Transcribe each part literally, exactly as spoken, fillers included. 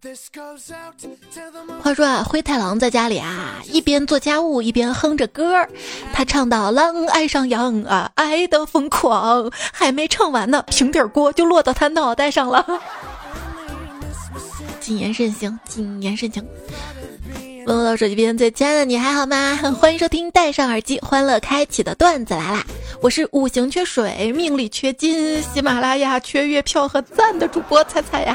话说啊，灰太狼在家里啊，一边做家务一边哼着歌，他唱到狼爱上羊啊，爱的疯狂，还没唱完呢，平底锅就落到他脑袋上了。谨言慎行，谨言慎行。问候到手机边最亲爱的你还好吗？欢迎收听戴上耳机欢乐开启的段子来啦！我是五行缺水命里缺金，喜马拉雅缺月票和赞的主播彩彩呀。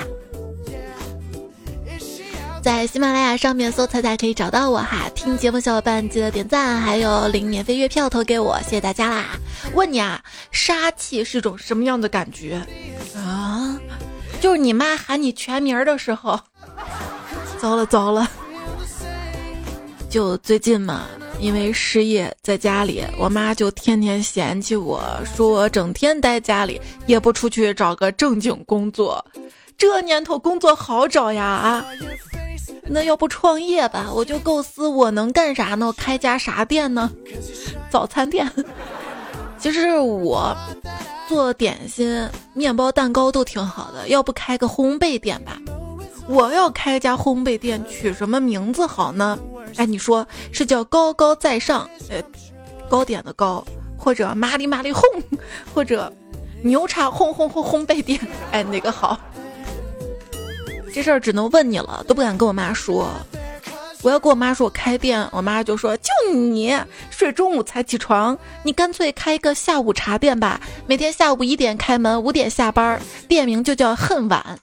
在喜马拉雅上面搜彩彩可以找到我哈，听节目小伙伴记得点赞，还有领免费月票投给我，谢谢大家啦。问你啊，杀气是种什么样的感觉啊？就是你妈喊你全名的时候，糟了糟了。就最近嘛，因为失业在家里，我妈就天天嫌弃我，说我整天待家里，也不出去找个正经工作。这年头工作好找呀啊！那要不创业吧，我就构思我能干啥呢？我开家啥店呢？早餐店。其实我做点心、面包、蛋糕都挺好的，要不开个烘焙店吧？我要开家烘焙店，取什么名字好呢？哎，你说是叫高高在上，呃，糕点的糕，或者麻里麻里烘，或者牛叉烘烘烘烘焙店？哎，哪个好？这事儿只能问你了，都不敢跟我妈说。我要跟我妈说我开店，我妈就说就你睡中午才起床，你干脆开一个下午茶店吧，每天下午一点开门，五点下班，店名就叫恨晚。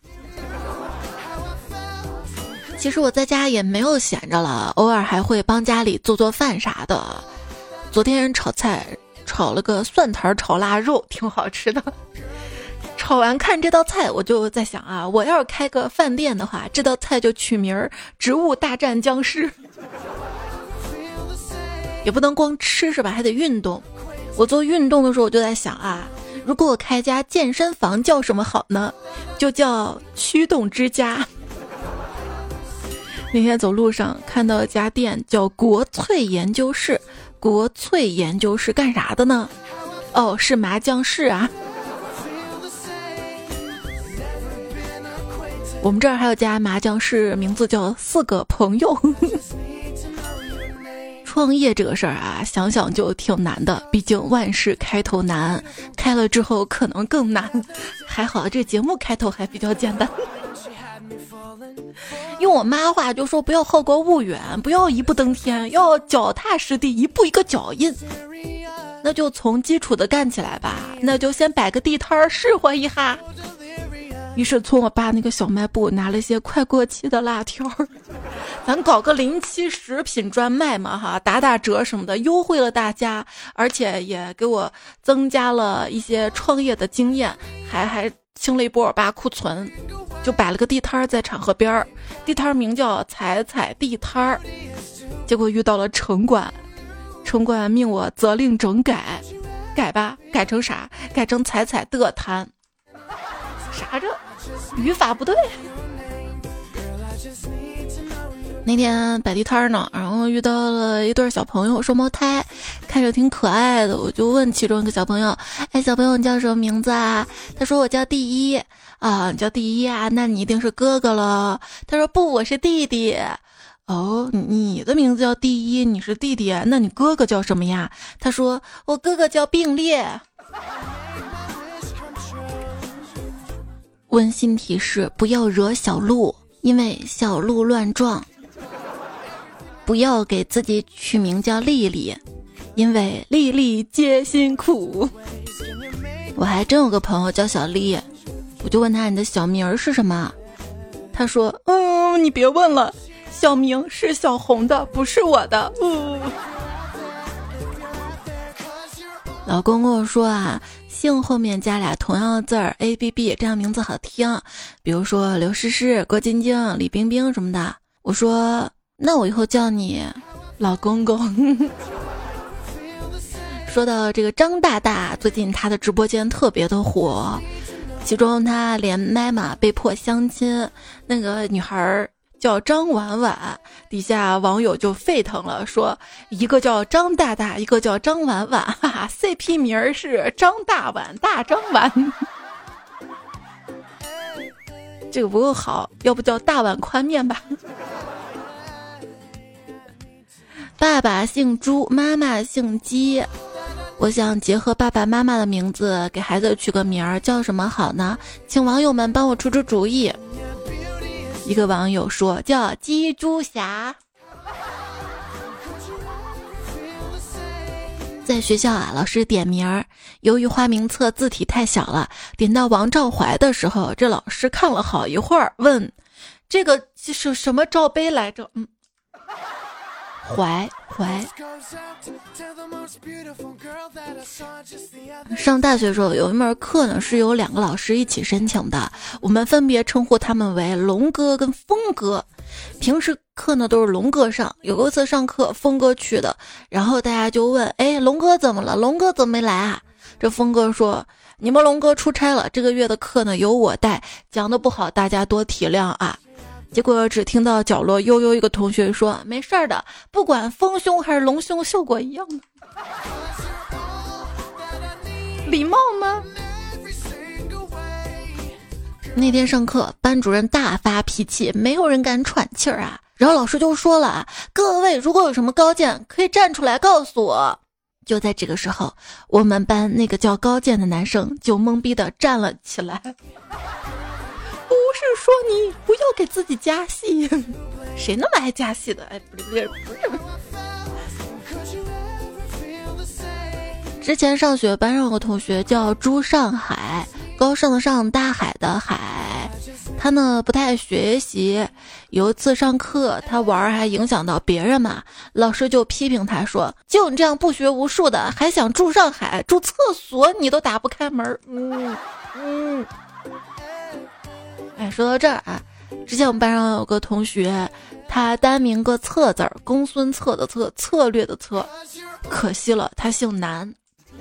其实我在家也没有闲着了，偶尔还会帮家里做做饭啥的。昨天炒菜炒了个蒜苔炒腊肉，挺好吃的。炒完看这道菜，我就在想啊，我要是开个饭店的话，这道菜就取名儿植物大战僵尸。也不能光吃是吧，还得运动。我做运动的时候我就在想啊，如果我开家健身房叫什么好呢？就叫驱动之家。那天走路上看到一家店叫国粹研究室，国粹研究室干啥的呢？哦，是麻将室啊。我们这儿还有家麻将室，名字叫四个朋友。创业这个事儿啊，想想就挺难的，毕竟万事开头难，开了之后可能更难。还好这节目开头还比较简单。用我妈话就说，不要好高骛远，不要一步登天，要脚踏实地，一步一个脚印。那就从基础的干起来吧，那就先摆个地摊儿试活一下。于是从我爸那个小卖部拿了些快过期的辣条，咱搞个临期食品专卖嘛哈，打打折什么的，优惠了大家，而且也给我增加了一些创业的经验，还还清了一波我爸库存，就摆了个地摊在场河边儿，地摊名叫彩彩地摊儿。结果遇到了城管，城管命我责令整改，改吧，改成啥？改成彩彩的摊。啥这语法不对。那天摆地摊呢，然后遇到了一对小朋友，双胞胎，看着挺可爱的，我就问其中一个小朋友，哎，小朋友你叫什么名字啊？他说我叫第一。啊，你叫第一啊，那你一定是哥哥了。他说不，我是弟弟。哦，你的名字叫第一，你是弟弟，那你哥哥叫什么呀？他说我哥哥叫并列。温馨提示，不要惹小鹿，因为小鹿乱撞。不要给自己取名叫丽丽，因为丽丽皆辛苦。我还真有个朋友叫小丽，我就问他你的小名是什么？他说嗯，你别问了，小名是小红的，不是我的。嗯。老公跟我说啊，姓后面加俩同样的字儿 A B B， 这样名字好听，比如说刘诗诗、郭晶晶、李冰冰什么的。我说那我以后叫你老公公。说到这个张大大，最近他的直播间特别的火，其中他连麦嘛被迫相亲，那个女孩叫张婉婉，底下网友就沸腾了，说一个叫张大大，一个叫张婉婉，哈哈 C P 名儿是张大婉大张婉。 这个不够好，要不叫大碗宽面吧。爸爸姓朱，妈妈姓鸡。我想结合爸爸妈妈的名字给孩子取个名儿，叫什么好呢？请网友们帮我出出主意。一个网友说叫鸡猪侠。在学校啊，老师点名儿，由于花名册字体太小了，点到王兆怀的时候，这老师看了好一会儿，问这个是什么罩杯来着？嗯，怀怀。上大学的时候有一门课呢，是由两个老师一起申请的，我们分别称呼他们为龙哥跟峰哥。平时课呢都是龙哥上，有一次上课峰哥去的，然后大家就问，哎，龙哥怎么了？龙哥怎么没来啊？这峰哥说，你们龙哥出差了，这个月的课呢由我带，讲的不好大家多体谅啊。结果只听到角落悠悠一个同学说，没事儿的，不管丰胸还是隆胸效果一样的。礼貌吗？那天上课，班主任大发脾气，没有人敢喘气儿啊。然后老师就说了，各位如果有什么高见，可以站出来告诉我。就在这个时候，我们班那个叫高健的男生就懵逼的站了起来。不是说你不要给自己加戏，谁那么爱加戏的？哎，不是不是不是。之前上学班上有个同学叫朱上海，高尚的上，大海的海。他呢不太学习，有一次上课他玩还影响到别人嘛，老师就批评他说，就你这样不学无术的，还想住上海，住厕所你都打不开门。嗯嗯。哎，说到这儿啊，之前我们班上有个同学，他单名个策字儿，公孙策的策，策略的策，可惜了，他姓南。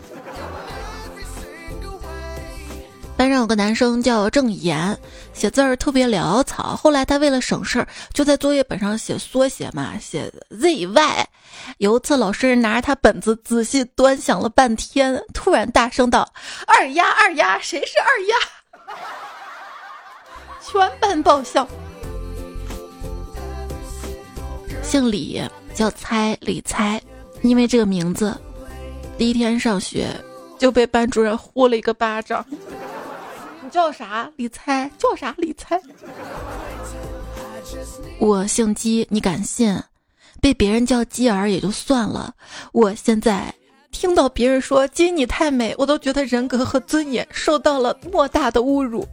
班上有个男生叫郑岩，写字儿特别潦草，后来他为了省事儿，就在作业本上写缩写嘛，写 Z Y。 有一次老师拿着他本子仔细端详了半天，突然大声道，二丫二丫，谁是二丫？全班爆笑。姓李，叫猜，李猜。因为这个名字，第一天上学就被班主任呼了一个巴掌。你叫啥？李猜。叫啥？李猜。我姓姬，你敢信？被别人叫姬儿也就算了，我现在听到别人说姬你太美，我都觉得人格和尊严受到了莫大的侮辱。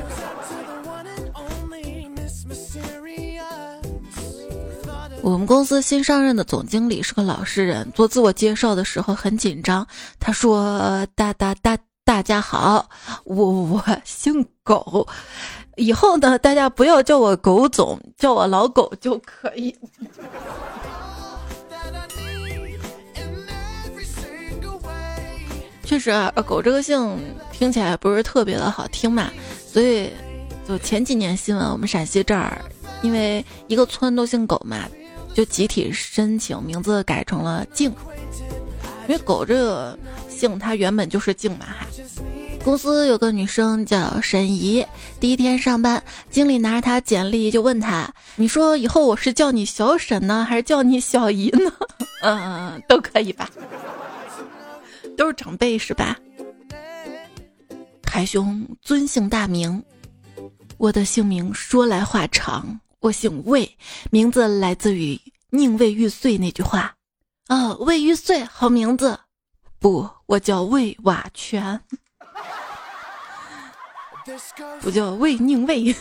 我们公司新上任的总经理是个老实人，做自我介绍的时候很紧张。他说：“大大大大家好，我我姓狗，以后呢，大家不要叫我狗总，叫我老狗就可以。”确实啊，狗这个姓听起来不是特别的好听嘛，所以就前几年新闻，我们陕西这儿因为一个村都姓狗嘛，就集体申请名字改成了静，因为狗这个姓它原本就是静嘛。公司有个女生叫沈怡，第一天上班，经理拿着她简历就问她，你说以后我是叫你小沈呢，还是叫你小姨呢？嗯，都可以吧，都是长辈是吧？海兄尊姓大名，我的姓名说来话长，我姓魏，名字来自于宁为玉碎那句话。哦，魏玉碎，好名字。不，我叫魏瓦全，不叫魏宁魏。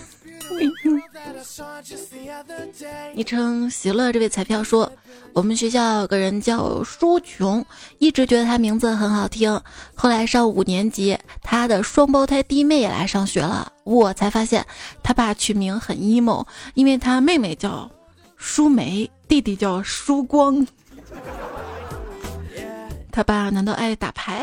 昵称喜乐这位彩票说，我们学校有个人叫舒琼，一直觉得他名字很好听，后来上五年级，他的双胞胎弟妹也来上学了，我才发现他爸取名很 emo， 因为他妹妹叫舒梅，弟弟叫舒光。他爸难道爱打牌？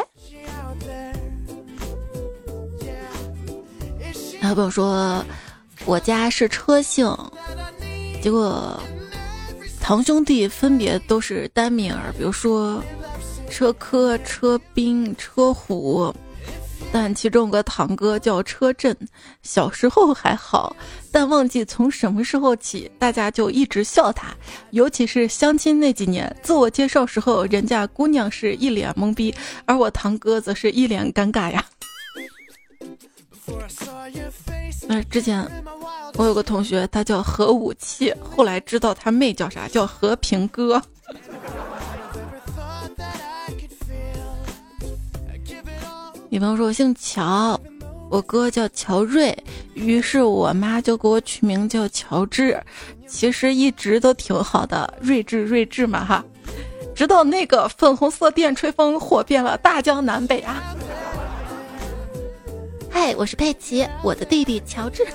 还有朋友说我家是车姓，结果堂兄弟分别都是单名儿，比如说车科、车兵、车虎。 但其中有个堂哥叫车震，小时候还好，但忘记从什么时候起，大家就一直笑他。尤其是相亲那几年，自我介绍时候，人家姑娘是一脸懵逼，而我堂哥则是一脸尴尬呀。那之前我有个同学，他叫核武器，后来知道他妹叫啥，叫和平哥。比方说我姓乔，我哥叫乔瑞，于是我妈就给我取名叫乔治，其实一直都挺好的，睿智睿智嘛哈。直到那个粉红色电吹风火遍了大江南北啊。嗨，我是佩奇，我的弟弟乔治。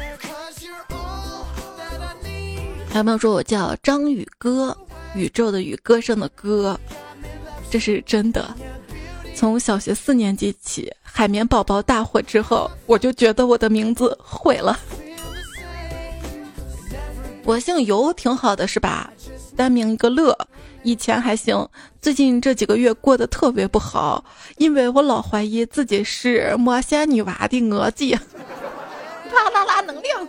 还有没有说我叫张宇哥，宇宙的宇，歌声的歌，这是真的。从小学四年级起，海绵宝宝大火之后，我就觉得我的名字毁了。我姓尤挺好的是吧？单名一个乐，以前还行，最近这几个月过得特别不好，因为我老怀疑自己是魔仙女娃的儿子。啦啦啦，能量。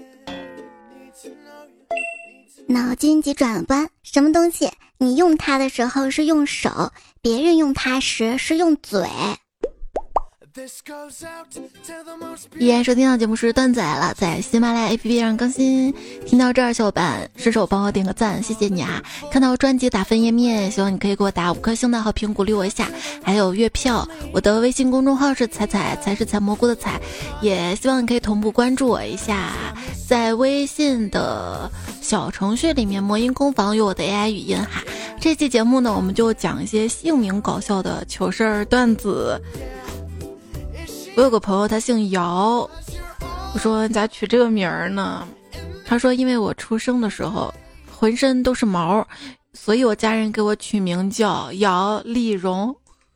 脑筋急转弯，什么东西你用它的时候是用手，别人用它时是用嘴。 依然收听到节目是段仔了，在喜马拉雅 A P P 上更新。听到这儿，小伙伴顺手帮我点个赞，谢谢你啊！看到专辑打分页面，希望你可以给我打五颗星的好评，鼓励我一下。还有月票，我的微信公众号是彩彩，才是采蘑菇的彩，也希望你可以同步关注我一下。在微信的小程序里面，魔音工坊有我的 A I 语音哈。这期节目呢，我们就讲一些姓名搞笑的糗事儿段子。我有个朋友，他姓姚，我说你咋取这个名儿呢？他说因为我出生的时候浑身都是毛，所以我家人给我取名叫姚丽蓉。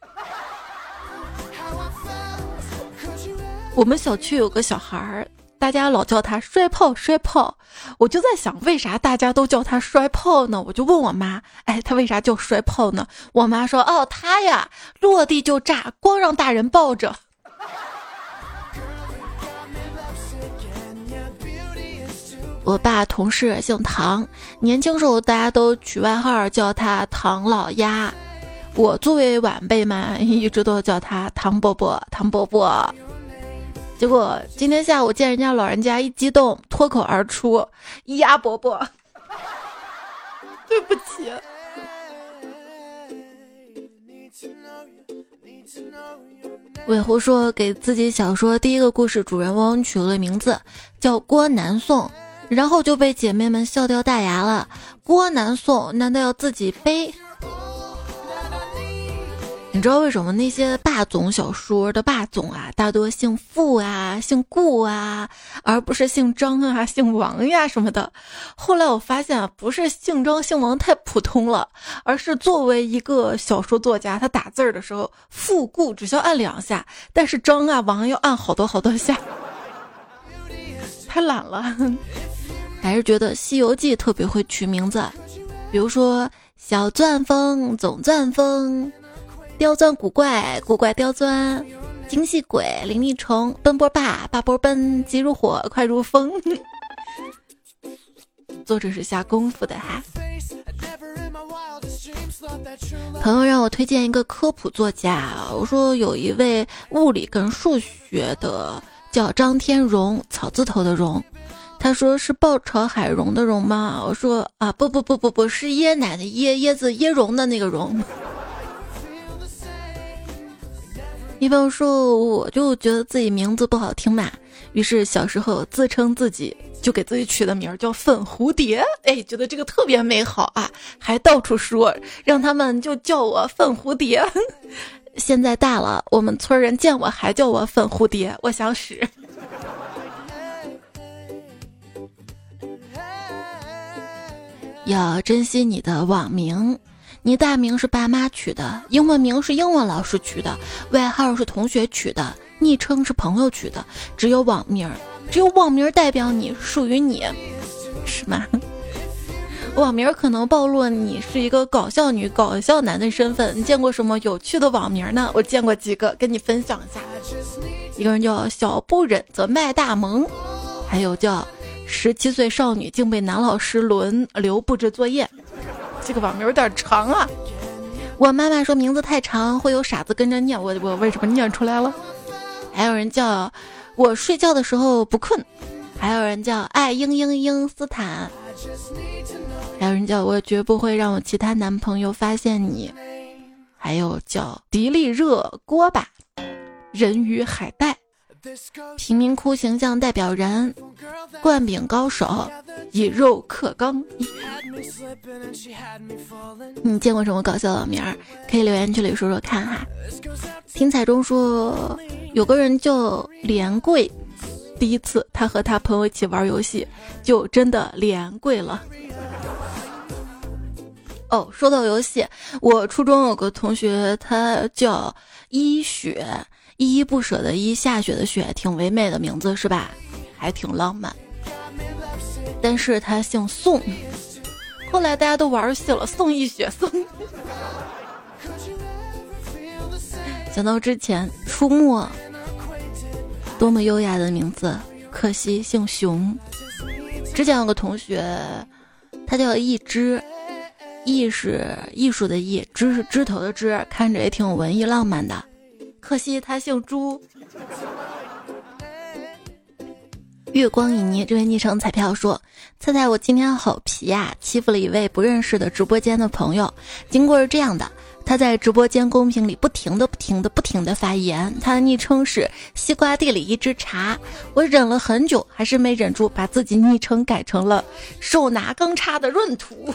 我们小区有个小孩儿，大家老叫他摔炮摔炮，我就在想为啥大家都叫他摔炮呢？我就问我妈，哎，他为啥叫摔炮呢？我妈说，哦，他呀落地就炸，光让大人抱着。我爸同事姓唐，年轻时候大家都取外号叫他唐老鸭，我作为晚辈嘛，一直都叫他唐伯伯唐伯伯。结果今天下午见人家老人家一激动，脱口而出鸭伯伯。对不起。尾狐说给自己小说第一个故事主人翁取了个名字叫郭南宋，然后就被姐妹们笑掉大牙了。郭南宋难道要自己背？你知道为什么那些霸总小说的霸总啊，大多姓傅啊、姓顾啊，而不是姓张啊、姓王呀什么的？后来我发现啊，不是姓张姓王太普通了，而是作为一个小说作家，他打字儿的时候，傅顾只需要按两下，但是张啊、王要按好多好多下，太懒了。还是觉得《西游记》特别会取名字，比如说小钻风、总钻风。刁钻古怪，古怪刁钻，精细鬼，灵力虫，奔波霸，霸波奔，急如火，快如风。作者是下功夫的哈。朋友让我推荐一个科普作家，我说有一位物理跟数学的叫张天荣，草字头的荣。他说是爆炒海蓉的蓉吗？我说啊，不不不不不是椰奶的椰，椰子椰蓉的那个蓉。一朋友说我就觉得自己名字不好听嘛，于是小时候自称自己就给自己取的名叫粉蝴蝶，哎，觉得这个特别美好啊，还到处说让他们就叫我粉蝴蝶。现在大了，我们村人见我还叫我粉蝴蝶，我想使。要珍惜你的网名，你大名是爸妈取的，英文名是英文老师取的，外号是同学取的，昵称是朋友取的，只有网名，只有网名代表你，属于你，是吗？ 网名可能暴露你是一个搞笑女、搞笑男的身份。你见过什么有趣的网名呢？我见过几个，跟你分享一下。一个人叫小不忍则卖大萌，还有叫十七岁少女竟被男老师轮流布置作业。这个网名有点长啊。我妈妈说名字太长会有傻子跟着念，我我为什么念出来了？还有人叫我睡觉的时候不困，还有人叫爱英英英斯坦，还有人叫我绝不会让我其他男朋友发现你，还有叫迪丽热锅巴，人鱼海带，贫民窟形象代表人，灌饼高手，以肉克刚。你见过什么搞笑的名儿？可以留言区里说说看哈。听彩中说有个人叫连贵，第一次他和他朋友一起玩游戏就真的连跪了。哦，说到游戏，我初中有个同学他叫一雪，依依不舍的依，下雪的雪，挺唯美的名字是吧？还挺浪漫。但是他姓宋，后来大家都玩游戏了，宋一雪宋。想到之前出没，多么优雅的名字，可惜姓熊。之前有个同学他叫一枝，艺是艺术的艺，枝是枝头的枝，看着也挺文艺浪漫的，可惜他姓朱。月光旖旎这位昵称彩票说，猜猜我今天好皮呀、啊，欺负了一位不认识的直播间的朋友。经过是这样的，他在直播间公屏里不停的不停的不停的发言，他的昵称是西瓜地里一只茶。我忍了很久还是没忍住把自己昵称改成了手拿钢叉的闰土。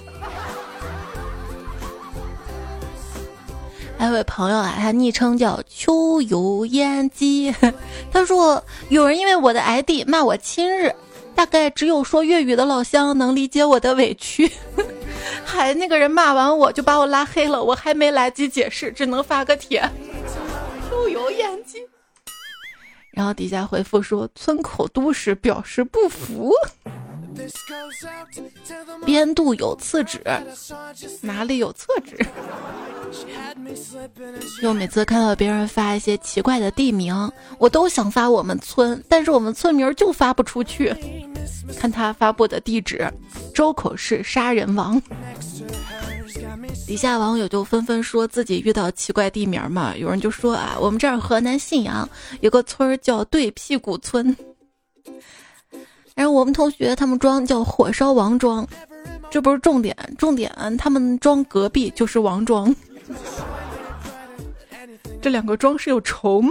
还有位朋友啊，他昵称叫秋油烟鸡，他说有人因为我的 I D 骂我亲日，大概只有说粤语的老乡能理解我的委屈。还那个人骂完我就把我拉黑了，我还没来及解释，只能发个帖。秋油烟鸡。然后底下回复说村口都市表示不服。编度有次纸，哪里有厕纸？就每次看到别人发一些奇怪的地名，我都想发我们村，但是我们村名就发不出去。看他发布的地址，周口市杀人王。底下网友就纷纷说自己遇到奇怪地名嘛，有人就说啊，我们这儿河南信阳有个村叫对屁股村。然后我们同学他们庄叫火烧王庄，这不是重点，重点他们庄隔壁就是王庄。这两个庄是有仇吗？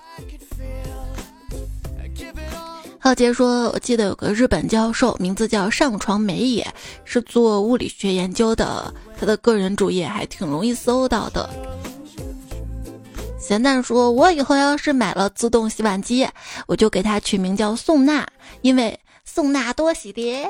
浩杰说，我记得有个日本教授名字叫上床美也，是做物理学研究的，他的个人主页还挺容易搜到的。咸蛋说，我以后要是买了自动洗碗机，我就给它取名叫宋娜，因为宋娜多洗碟。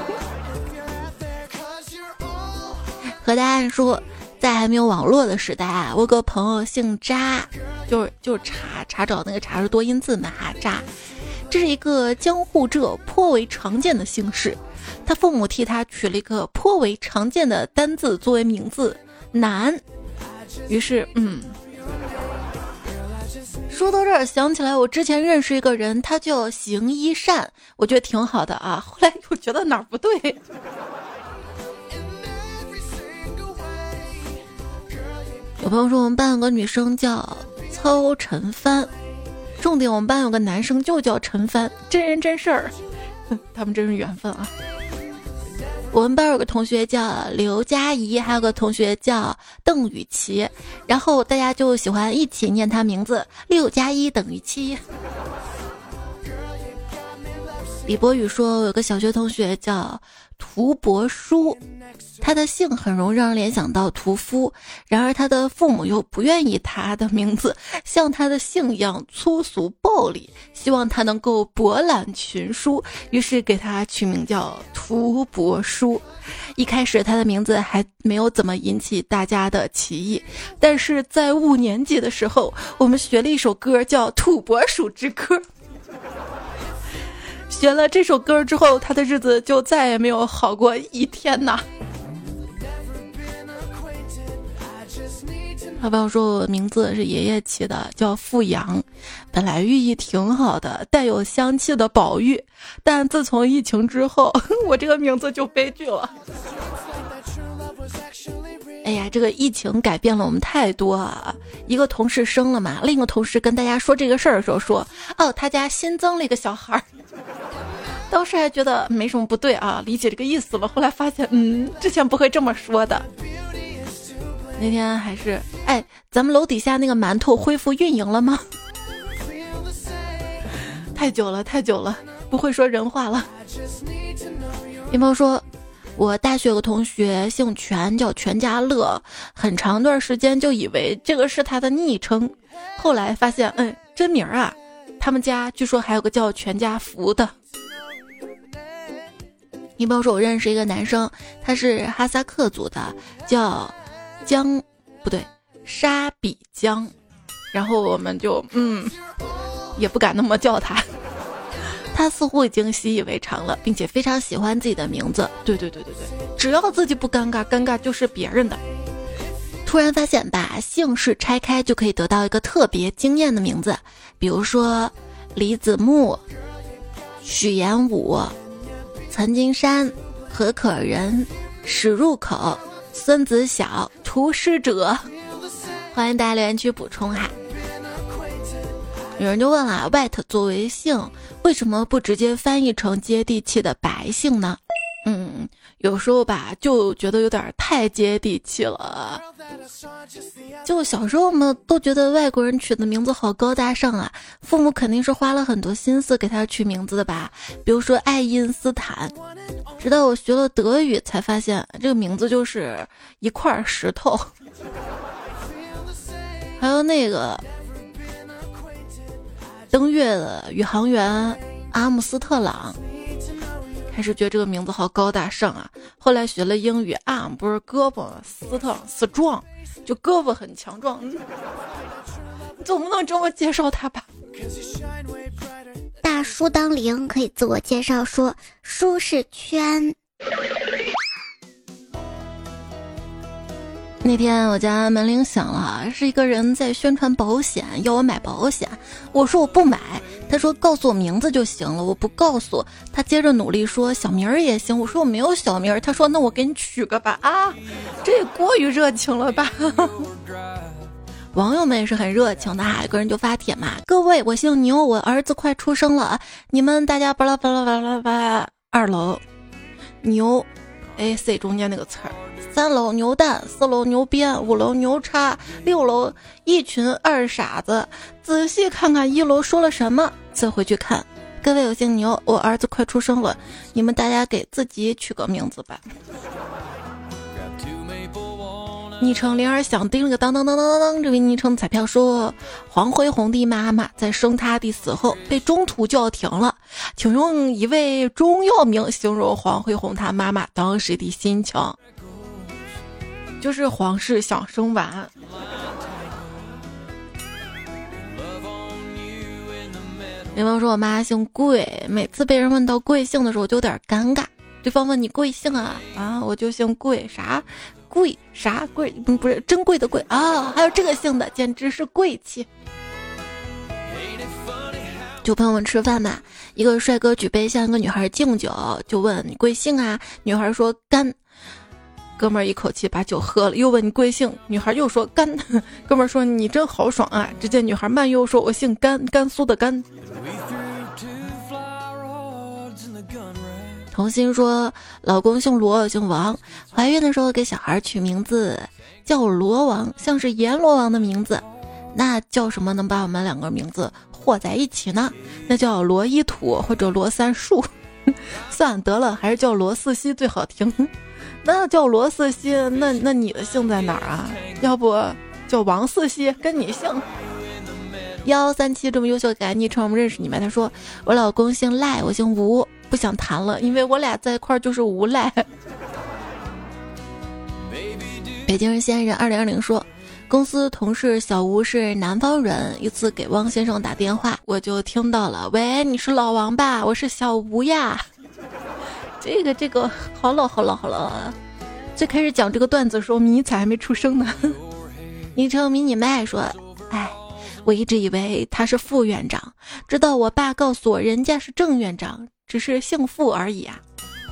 何大安说，在还没有网络的时代啊，我有个朋友姓查，就是就是查查找那个查是多音字嘛哈，查，这是一个江户浙颇为常见的姓氏，他父母替他取了一个颇为常见的单字作为名字男，于是嗯。说到这儿，想起来我之前认识一个人，他叫行一善，我觉得挺好的啊。后来又觉得哪儿不对。有朋友说我们班有个女生叫操陈帆，重点我们班有个男生就叫陈帆，真人真事儿，他们真是缘分啊。我们班有个同学叫刘佳怡，还有个同学叫邓雨琪，然后大家就喜欢一起念他名字，六加一等于七。李博宇说，有个小学同学叫涂伯书，他的姓很容易让人联想到屠夫，然而他的父母又不愿意他的名字像他的姓一样粗俗暴力，希望他能够博览群书，于是给他取名叫涂伯书。一开始他的名字还没有怎么引起大家的歧义，但是在五年级的时候，我们学了一首歌叫《土拨鼠之歌》。学了这首歌之后，他的日子就再也没有好过一天呐。 他朋友说我名字是爷爷起的，叫富阳，本来寓意挺好的，带有香气的宝玉，但自从疫情之后，我这个名字就悲剧了。哎呀，这个疫情改变了我们太多啊！一个同事生了嘛，另一个同事跟大家说这个事儿的时候说，哦，他家新增了一个小孩儿。当时还觉得没什么不对啊，理解这个意思了。后来发现，嗯，之前不会这么说的。那天还是，哎，咱们楼底下那个馒头恢复运营了吗？太久了，太久了，不会说人话了。一朋友说，我大学有个同学姓全，叫全家乐，很长段时间就以为这个是他的昵称，后来发现，嗯，真名啊。他们家据说还有个叫全家福的。一朋友说，我认识一个男生，他是哈萨克族的，叫江不对沙比江，然后我们就嗯也不敢那么叫他。他似乎已经习以为常了，并且非常喜欢自己的名字。对对对对对，只要自己不尴尬，尴尬就是别人的。突然发现把姓氏拆开就可以得到一个特别惊艳的名字，比如说李子木、许延武、岑金山、何可人、史入口、孙子晓、屠师者。欢迎大家留言区补充哈。有人就问了， White 作为姓为什么不直接翻译成接地气的白姓呢？嗯，有时候吧就觉得有点太接地气了。就小时候我们都觉得外国人取的名字好高大上啊，父母肯定是花了很多心思给他取名字的吧，比如说爱因斯坦。直到我学了德语才发现这个名字就是一块石头。还有那个登月的宇航员阿姆斯特朗，开始觉得这个名字好高大上啊，后来学了英语，啊不是胳膊，斯特朗 strong 就胳膊很强壮。你总不能这么介绍他吧？ 大叔当零可以自我介绍说舒适圈。 那天我家门铃响了，是一个人在宣传保险，要我买保险。我说我不买，他说告诉我名字就行了，我不告诉。他接着努力说小名儿也行，我说我没有小名儿，他说那我给你取个吧。啊，这也过于热情了吧。网友们也是很热情的哈，有个人就发帖嘛，各位我姓牛，我儿子快出生了，你们大家巴拉巴拉巴拉巴拉。二楼牛 A C 中间那个词儿，三楼牛蛋，四楼牛鞭，五楼牛叉，六楼一群二傻子。仔细看看一楼说了什么，再回去看。各位我姓牛，我儿子快出生了，你们大家给自己取个名字吧。昵称铃儿响叮了个当当当当当当，这位昵称彩票说，黄辉宏的妈妈在生他的死后被中途叫停了，请用一位中药名形容黄辉宏他妈妈当时的心情。就是皇室想生完。对方说我妈姓贵，每次被人问到贵姓的时候我就有点尴尬。对方问你贵姓啊？啊，我就姓贵，啥贵啥贵？不不是珍贵的贵啊，还有这个姓的，简直是贵气。就朋友们吃饭嘛，一个帅哥举杯向一个女孩敬酒，就问你贵姓啊？女孩说干。哥们儿一口气把酒喝了，又问你贵姓，女孩又说甘。哥们儿说你真豪爽啊！只见女孩慢悠说我姓甘，甘肃的甘。童心说老公姓罗，我姓王，怀孕的时候给小孩取名字叫罗王，像是阎罗王的名字，那叫什么能把我们两个名字和在一起呢？那叫罗一土或者罗三树。算得了，还是叫罗四溪最好听。那叫罗四溪，那那你的姓在哪儿啊？要不叫王四溪，跟你姓。幺三七这么优秀改昵称，我们认识你们。他说我老公姓赖，我姓吴，不想谈了，因为我俩在一块儿就是无赖。北京人先生二零二零说，公司同事小吴是南方人，一次给汪先生打电话，我就听到了，喂，你是老王吧？我是小吴呀。这个这个好老好老好老啊！最开始讲这个段子的时候，迷彩还没出生呢。 昵称迷你麦说，哎，我一直以为他是副院长，直到我爸告诉我人家是正院长，只是姓傅而已啊。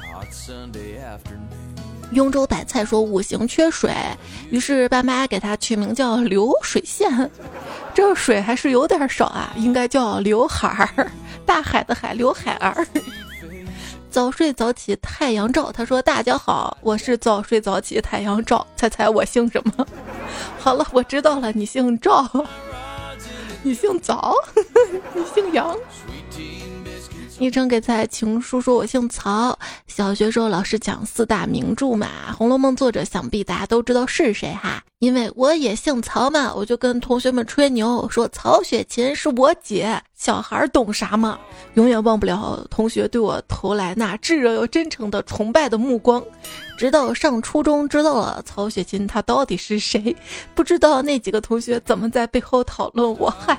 雍州白菜说五行缺水，于是爸妈给他取名叫流水线，这水还是有点少啊，应该叫刘海儿，大海的海，刘海儿。早睡早起太阳照，他说大家好，我是早睡早起太阳照，猜猜我姓什么？好了，我知道了，你姓赵，你姓早，你姓杨。昵称给菜情书说我姓曹，小学时候老师讲四大名著嘛，《红楼梦》作者想必大家都知道是谁哈，因为我也姓曹嘛，我就跟同学们吹牛说曹雪芹是我姐，小孩懂啥嘛？永远忘不了同学对我投来那炙热又真诚的崇拜的目光，直到上初中知道了曹雪芹他到底是谁，不知道那几个同学怎么在背后讨论我，嗨。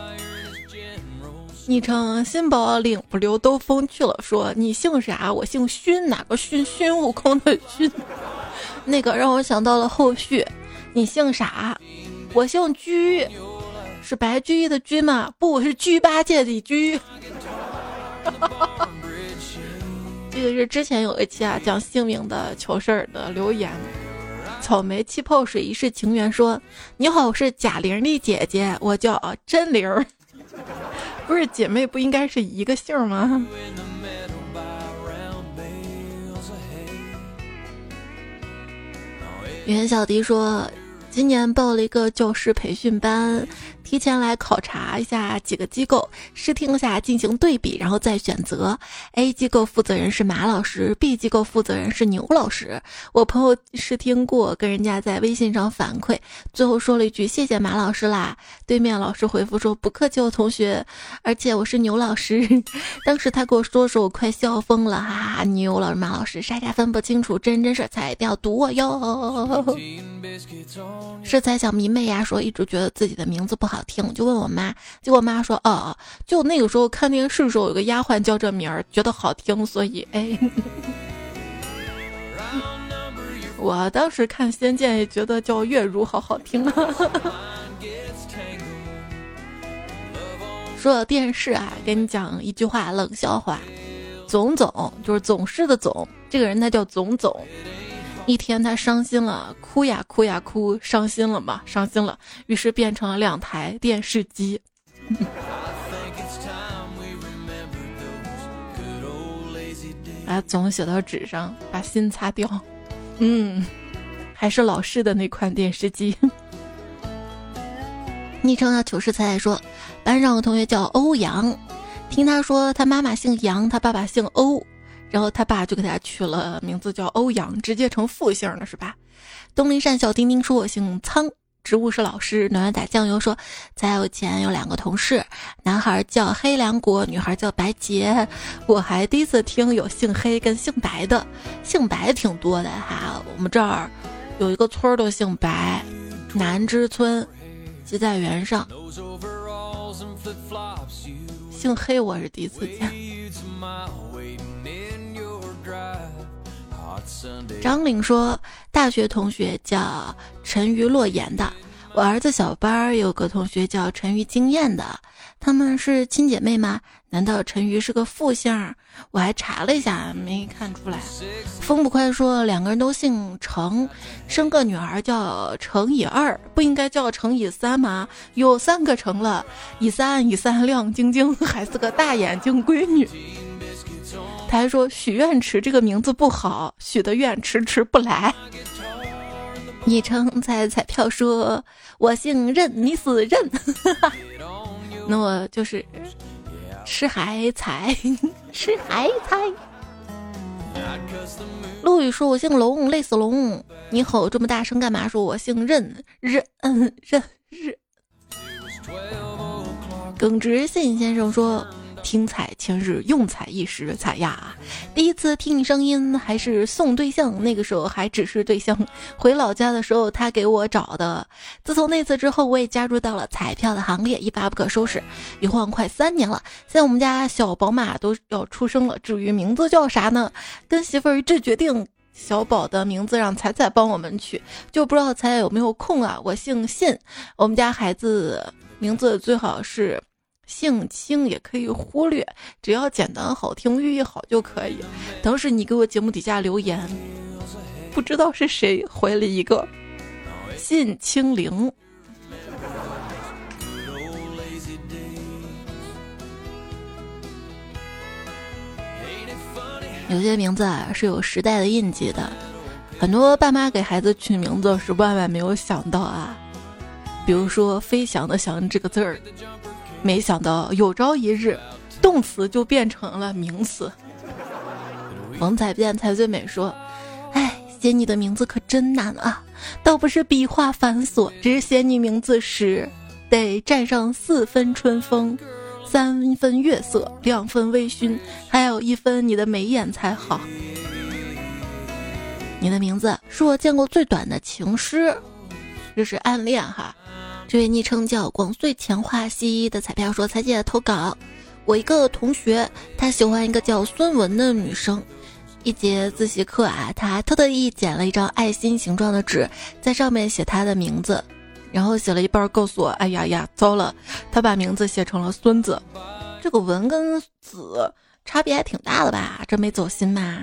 昵称新宝领不溜兜风去了说你姓啥？我姓勋，哪个勋？孙悟空的勋。那个让我想到了后续，你姓啥？我姓居，是白居易的居吗？不是猪八戒的居。这个是之前有一期啊讲姓名的糗事儿的留言。草莓气泡水一世情缘说你好，我是贾玲的姐姐，我叫真玲。不是姐妹不应该是一个姓吗？袁小迪说今年报了一个教师培训班，提前来考察一下几个机构，试听下进行对比，然后再选择。 A 机构负责人是马老师， B 机构负责人是牛老师。我朋友试听过，跟人家在微信上反馈，最后说了一句谢谢马老师啦。对面老师回复说不客气哦同学，而且我是牛老师。当时他跟我说的时候我快笑疯了，哈哈，牛老师马老师傻傻分不清楚真真色彩，一定要读我哟。是才小迷妹呀说一直觉得自己的名字不好听，就问我妈，结果我妈说哦，就那个时候看电视的时候有个丫鬟叫这名儿，觉得好听，所以哎。我当时看仙剑也觉得叫月如好好听啊。说到电视啊，给你讲一句话冷笑话，总总就是总是的总，这个人他叫总总。一天他伤心了，哭呀哭呀哭，伤心了嘛，伤心了，于是变成了两台电视机。把总写到纸上，把心擦掉。嗯，还是老式的那款电视机。昵称的糗事彩彩说，班上有同学叫欧阳，听他说他妈妈姓杨，他爸爸姓欧，然后他爸就给他取了名字叫欧阳，直接成复姓了是吧？东林善小丁丁说我姓苍，职务是老师。暖暖打酱油说在我前有两个同事，男孩叫黑良国，女孩叫白洁。我还第一次听有姓黑跟姓白的，姓白挺多的哈。我们这儿有一个村都姓白，南枝村吉在园上。姓黑我是第一次见。张玲说大学同学叫沉鱼落雁的，我儿子小班有个同学叫沉鱼惊艳的，他们是亲姐妹吗？难道沉鱼是个复姓？我还查了一下没看出来。风不快说两个人都姓程，生个女儿叫程以二，不应该叫程以三吗？有三个程了，以三以三亮晶晶，还是个大眼睛闺女。他还说许愿池这个名字不好，许的愿迟迟不来。昵称彩彩票说我姓任，你死任。那我就是吃海彩，吃海彩。陆羽说我姓龙，累死龙。你吼这么大声干嘛？说我姓任，任嗯任任。耿直信先生说听彩千日，用彩一时。彩呀，第一次听你声音还是送对象，那个时候还只是对象，回老家的时候他给我找的。自从那次之后，我也加入到了彩票的行列，一发不可收拾，一晃快三年了。现在我们家小宝马都要出生了，至于名字叫啥呢，跟媳妇儿一致决定小宝的名字让彩彩帮我们取，就不知道彩彩有没有空啊？我姓信，我们家孩子名字最好是姓清，也可以忽略，只要简单好听，寓意好就可以。当时你给我节目底下留言，不知道是谁回了一个信清灵。有些名字啊是有时代的印记的，很多爸妈给孩子取名字是万万没有想到啊。比如说飞翔的翔这个字儿，没想到有朝一日动词就变成了名词。冯彩变才最美说，哎，写你的名字可真难啊，倒不是笔画繁琐，只是写你名字时得蘸上四分春风，三分月色，两分微醺，还有一分你的眉眼才好。你的名字是我见过最短的情诗，这是暗恋哈。这位昵称叫广穗浅化西的彩票说，彩姐投稿，我一个同学他喜欢一个叫孙文的女生，一节自习课啊，他特特意剪了一张爱心形状的纸，在上面写他的名字，然后写了一半告诉我，哎呀呀，糟了，他把名字写成了孙子。这个文跟子差别还挺大的吧？这没走心吗？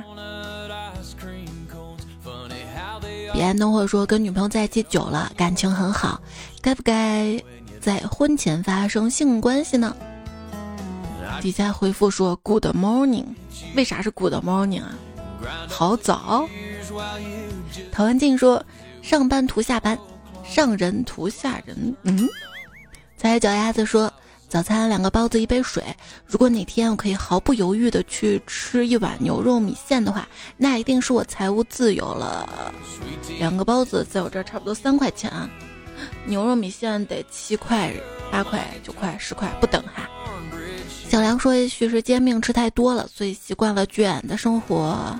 彼岸灯火说，跟女朋友在一起久了，感情很好，该不该在婚前发生性关系呢？底下回复说 Good morning， 为啥是 Good morning 啊？好早。陶文静说，上班图下班，上人图下人。嗯，彩脚丫子说，早餐两个包子一杯水，如果哪天我可以毫不犹豫的去吃一碗牛肉米线的话，那一定是我财务自由了。两个包子在我这儿差不多三块钱啊，牛肉米线得七块八块九块十块不等哈。小梁说，也许是煎饼吃太多了，所以习惯了卷的生活，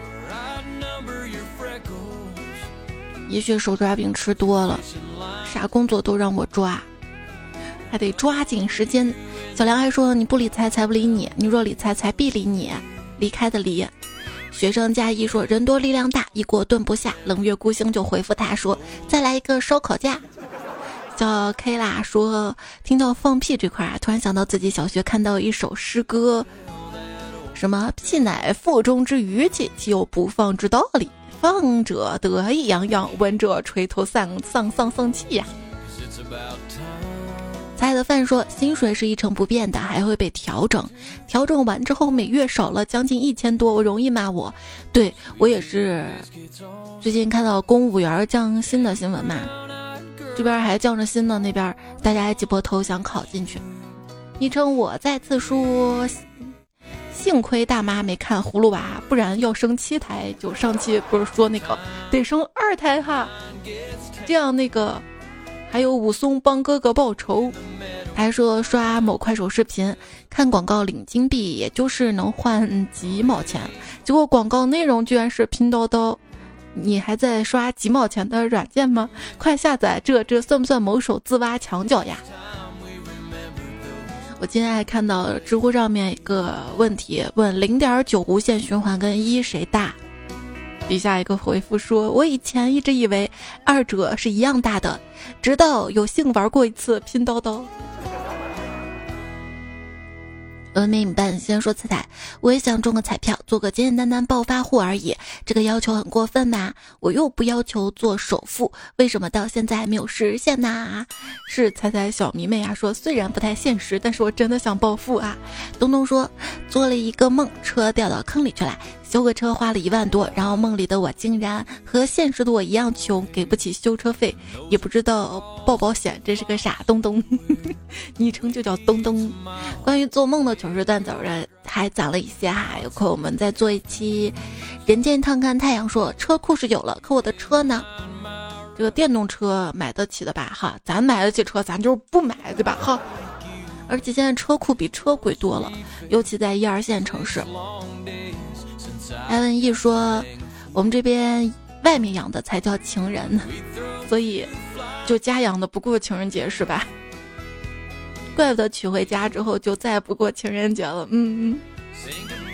也许手抓饼吃多了，啥工作都让我抓，还得抓紧时间。小梁还说，你不理财财不理你，你若理财财必理你，离开的离。学生加一说，人多力量大，一锅炖不下。冷月孤星就回复他说，再来一个烧烤架。小 K 啦说，听到放屁这块啊，突然想到自己小学看到一首诗歌，什么屁乃腹中之余气，岂有不放之道理？放者得意洋洋，闻者垂头丧丧丧丧气呀。菜的饭说，薪水是一成不变的，还会被调整，调整完之后每月少了将近一千多，我容易骂我。对，我也是最近看到公务员降薪的新闻嘛，这边还降着薪呢，那边大家还挤破头想考进去。昵称我再次说，幸亏大妈没看葫芦娃，不然要生七胎，就上期不是说那个得生二胎哈，这样那个还有武松帮哥哥报仇。还说刷某快手视频看广告领金币，也就是能换几毛钱，结果广告内容居然是拼多多。你还在刷几毛钱的软件吗？快下载，这这算不算某手自挖墙角呀？我今天还看到知乎上面一个问题，问 零点九 无线循环跟一谁大，底下一个回复说，我以前一直以为二者是一样大的，直到有幸玩过一次拼叨叨。文明半先说彩彩，我也想中个彩票，做个简简单单暴发户而已，这个要求很过分吧？我又不要求做首富，为什么到现在还没有实现呢？是彩彩小迷妹啊说，虽然不太现实，但是我真的想暴富啊。东东说，做了一个梦，车掉到坑里去了，修个车花了一万多，然后梦里的我竟然和现实的我一样穷，给不起修车费，也不知道报保险，真是个傻东东。昵称就叫东东。关于做梦的糗事段子还攒了一些哈，有空我们再做一期人间一趟看太阳。说车库是有了，可我的车呢？这个电动车买得起的吧哈，咱买得起车，咱就是不买对吧哈？而且现在车库比车贵多了，尤其在一二线城市。艾文一说，我们这边外面养的才叫情人，所以就家养的不过情人节是吧？怪不得娶回家之后就再也不过情人节了。嗯嗯。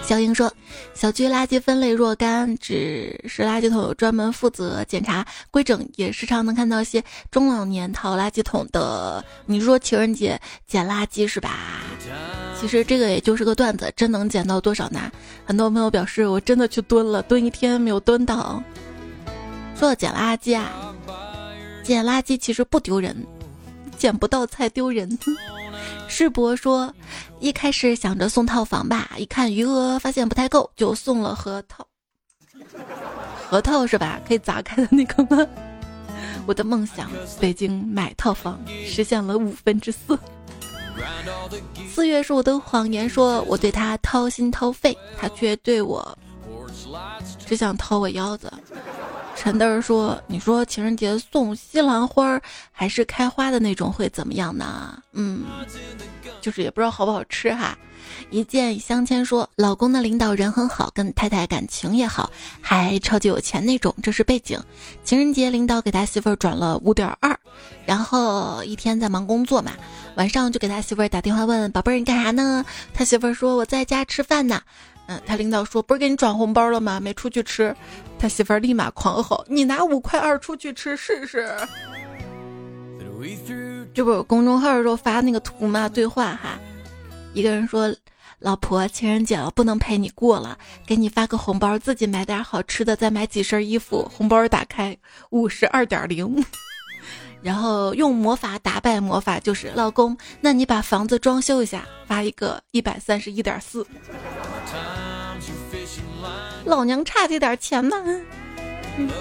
小英说，小区垃圾分类若干，只是垃圾桶有专门负责检查规整，也时常能看到些中老年掏垃圾桶的。你说情人节捡垃圾是吧？其实这个也就是个段子，真能捡到多少呢？很多朋友表示我真的去蹲了，蹲一天没有蹲到。说到捡垃圾啊，捡垃圾其实不丢人，捡不到才丢人。世博说，一开始想着送套房吧，一看余额发现不太够，就送了核桃。核桃是吧？可以砸开的那个吗？我的梦想，北京买套房，实现了五分之四。四月是我的谎言，说我对他掏心掏肺，他却对我只想掏我腰子。陈德儿说，你说情人节送西兰花还是开花的那种会怎么样呢？嗯，就是也不知道好不好吃哈。一见相牵说，老公的领导人很好，跟太太感情也好，还超级有钱那种，这是背景。情人节领导给他媳妇儿转了 五点二， 然后一天在忙工作嘛，晚上就给他媳妇儿打电话问，宝贝儿你干啥呢？他媳妇儿说，我在家吃饭呢。嗯，他领导说，不是给你转红包了吗？没出去吃。他媳妇儿立马狂吼，你拿五块二出去吃试试。这不是公众号时候发那个图吗？对话哈，一个人说，老婆情人节了不能陪你过了，给你发个红包，自己买点好吃的，再买几身衣服。红包打开五十二点零。然后用魔法打败魔法，就是老公，那你把房子装修一下，发一个一百三十一点四。老娘差这点钱吗？嗯、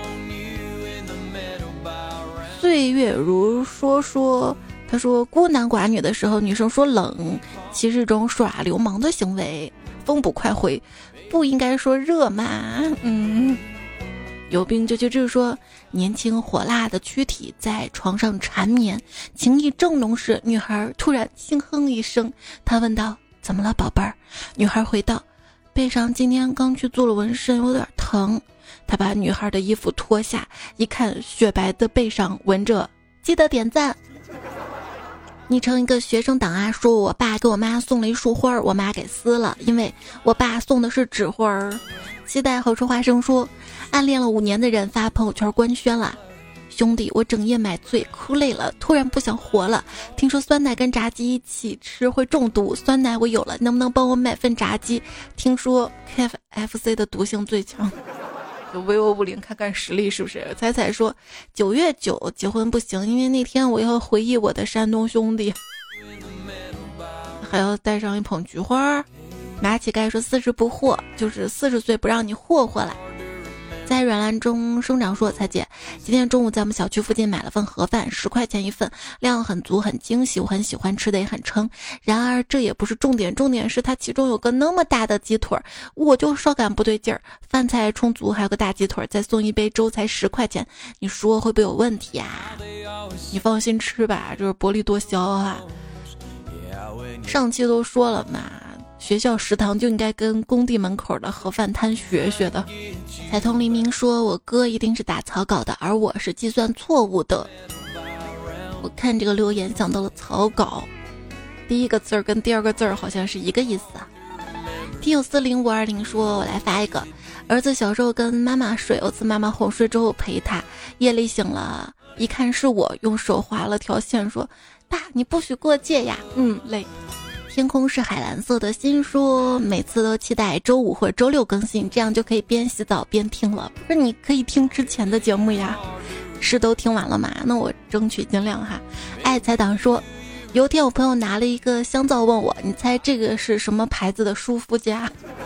岁月如说说，他说孤男寡女的时候，女生说冷，其实是种耍流氓的行为。风不快回，不应该说热嘛。嗯，有病就去治。说年轻火辣的躯体在床上缠绵，情意正浓时，女孩突然轻哼一声，他问道，怎么了宝贝儿？女孩回道，背上今天刚去做了纹身，有点疼。他把女孩的衣服脱下，一看雪白的背上纹着记得点赞。昵称一个学生党啊，说我爸给我妈送了一束花，我妈给撕了，因为我爸送的是纸花。期待好吃花生说，暗恋了五年的人发朋友圈官宣了，兄弟我整夜买醉哭累了，突然不想活了，听说酸奶跟炸鸡一起吃会中毒，酸奶我有了，能不能帮我买份炸鸡？听说 K F C 的毒性最强，就唯我五零看看实力是不是？彩彩说九月九结婚不行，因为那天我要回忆我的山东兄弟，还要带上一捧菊花。马乞丐说四十不惑，就是四十岁不让你霍霍了。在软烂中生长说，彩姐今天中午在我们小区附近买了份盒饭，十块钱一份，量很足很惊喜，我很喜欢，吃的也很撑。然而这也不是重点，重点是它其中有个那么大的鸡腿，我就稍感不对劲儿。饭菜充足，还有个大鸡腿，再送一杯粥才十块钱，你说会不会有问题啊？你放心吃吧，就是薄利多销啊。上期都说了嘛，学校食堂就应该跟工地门口的盒饭摊学学的。彩通黎明说，我哥一定是打草稿的，而我是计算错误的。我看这个留言想到了草稿，第一个字儿跟第二个字儿好像是一个意思啊。听友四零五二零说，我来发一个，儿子小时候跟妈妈睡，有次妈妈哄睡之后陪他，夜里醒了，一看是我，用手划了条线说，爸你不许过界呀。嗯，累。天空是海蓝色的心说，每次都期待周五或者周六更新，这样就可以边洗澡边听了。不是，你可以听之前的节目呀。是都听完了吗？那我争取尽量哈。爱财党说，有一天我朋友拿了一个香皂问我，你猜这个是什么牌子的舒肤佳？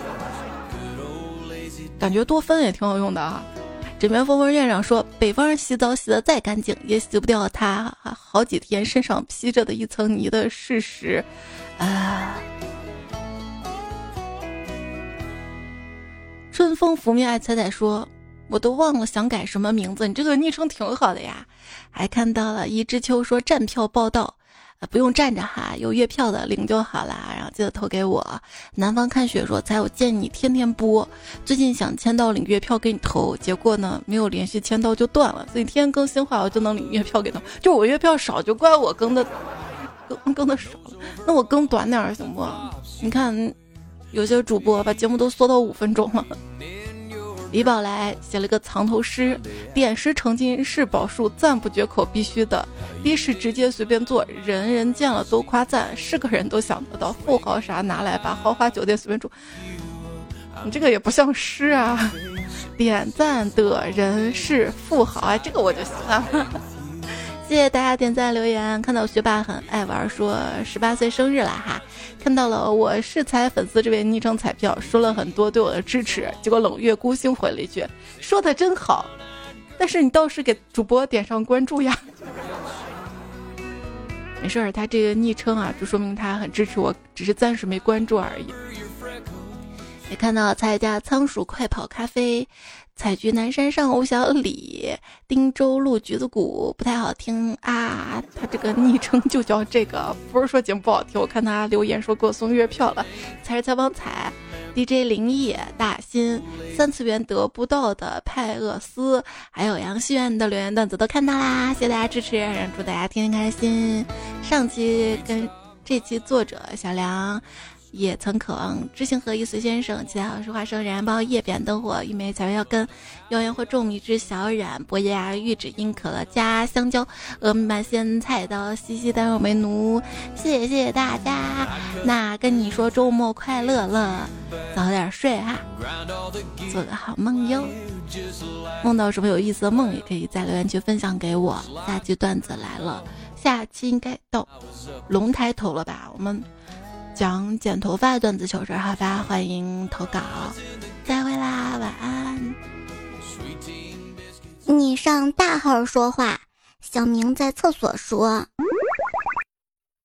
感觉多芬也挺有用的啊。枕边风风院长说，北方人洗澡洗得再干净也洗不掉他好几天身上披着的一层泥的事实啊。春风拂面爱彩彩说，我都忘了想改什么名字，你这个昵称挺好的呀。还看到了一枝秋说，站票报道呃，不用站着哈，有月票的领就好啦，然后记得投给我。南方看雪说，才我建议你天天播，最近想签到领月票给你投，结果呢没有连续签到就断了，所以天天更新话我就能领月票给他，就我月票少就怪我更的更更的少了，那我更短点行不？你看有些主播把节目都缩到五分钟了。李宝来写了个藏头诗：点石成金是宝树，赞不绝口必须的。的士直接随便坐，人人见了都夸赞，是个人都想得到。富豪啥拿来把豪华酒店随便住。你这个也不像诗啊。点赞的人是富豪啊，这个我就喜欢了。谢谢大家点赞留言，看到学霸很爱玩，说十八岁生日了哈，看到了我是才粉丝这位昵称彩票，说了很多对我的支持，结果冷月孤星回了一句，说的真好，但是你倒是给主播点上关注呀。没事儿，他这个昵称啊，就说明他很支持我，只是暂时没关注而已。也看到蔡家仓鼠快跑咖啡，采菊南山上，吴小李，汀州路橘子谷，不太好听啊。他这个昵称就叫这个，不是说节目不好听。我看他留言说给我送月票了，才是采访彩 D J 林毅、大新、三次元得不到的派厄斯，还有杨希愿的留言段子都看到啦，谢谢大家支持，祝大家天天开心。上期跟这期作者小梁也曾渴望知行合一随先生，其他好是花生燃包叶扁灯火，玉梅才要跟谣言或众迷之小染博雅玉指因可乐加香蕉峨眉满鲜菜刀西西单肉梅奴，谢谢谢谢大家。那跟你说周末快乐了，早点睡哈，做个好梦哟。梦到什么有意思的梦也可以在留言区分享给我。下期段子来了，下期应该到龙抬头了吧，我们讲剪头发段子糗事，好吧，欢迎投稿，再会啦，晚安。 你上大号说话，小明在厕所说。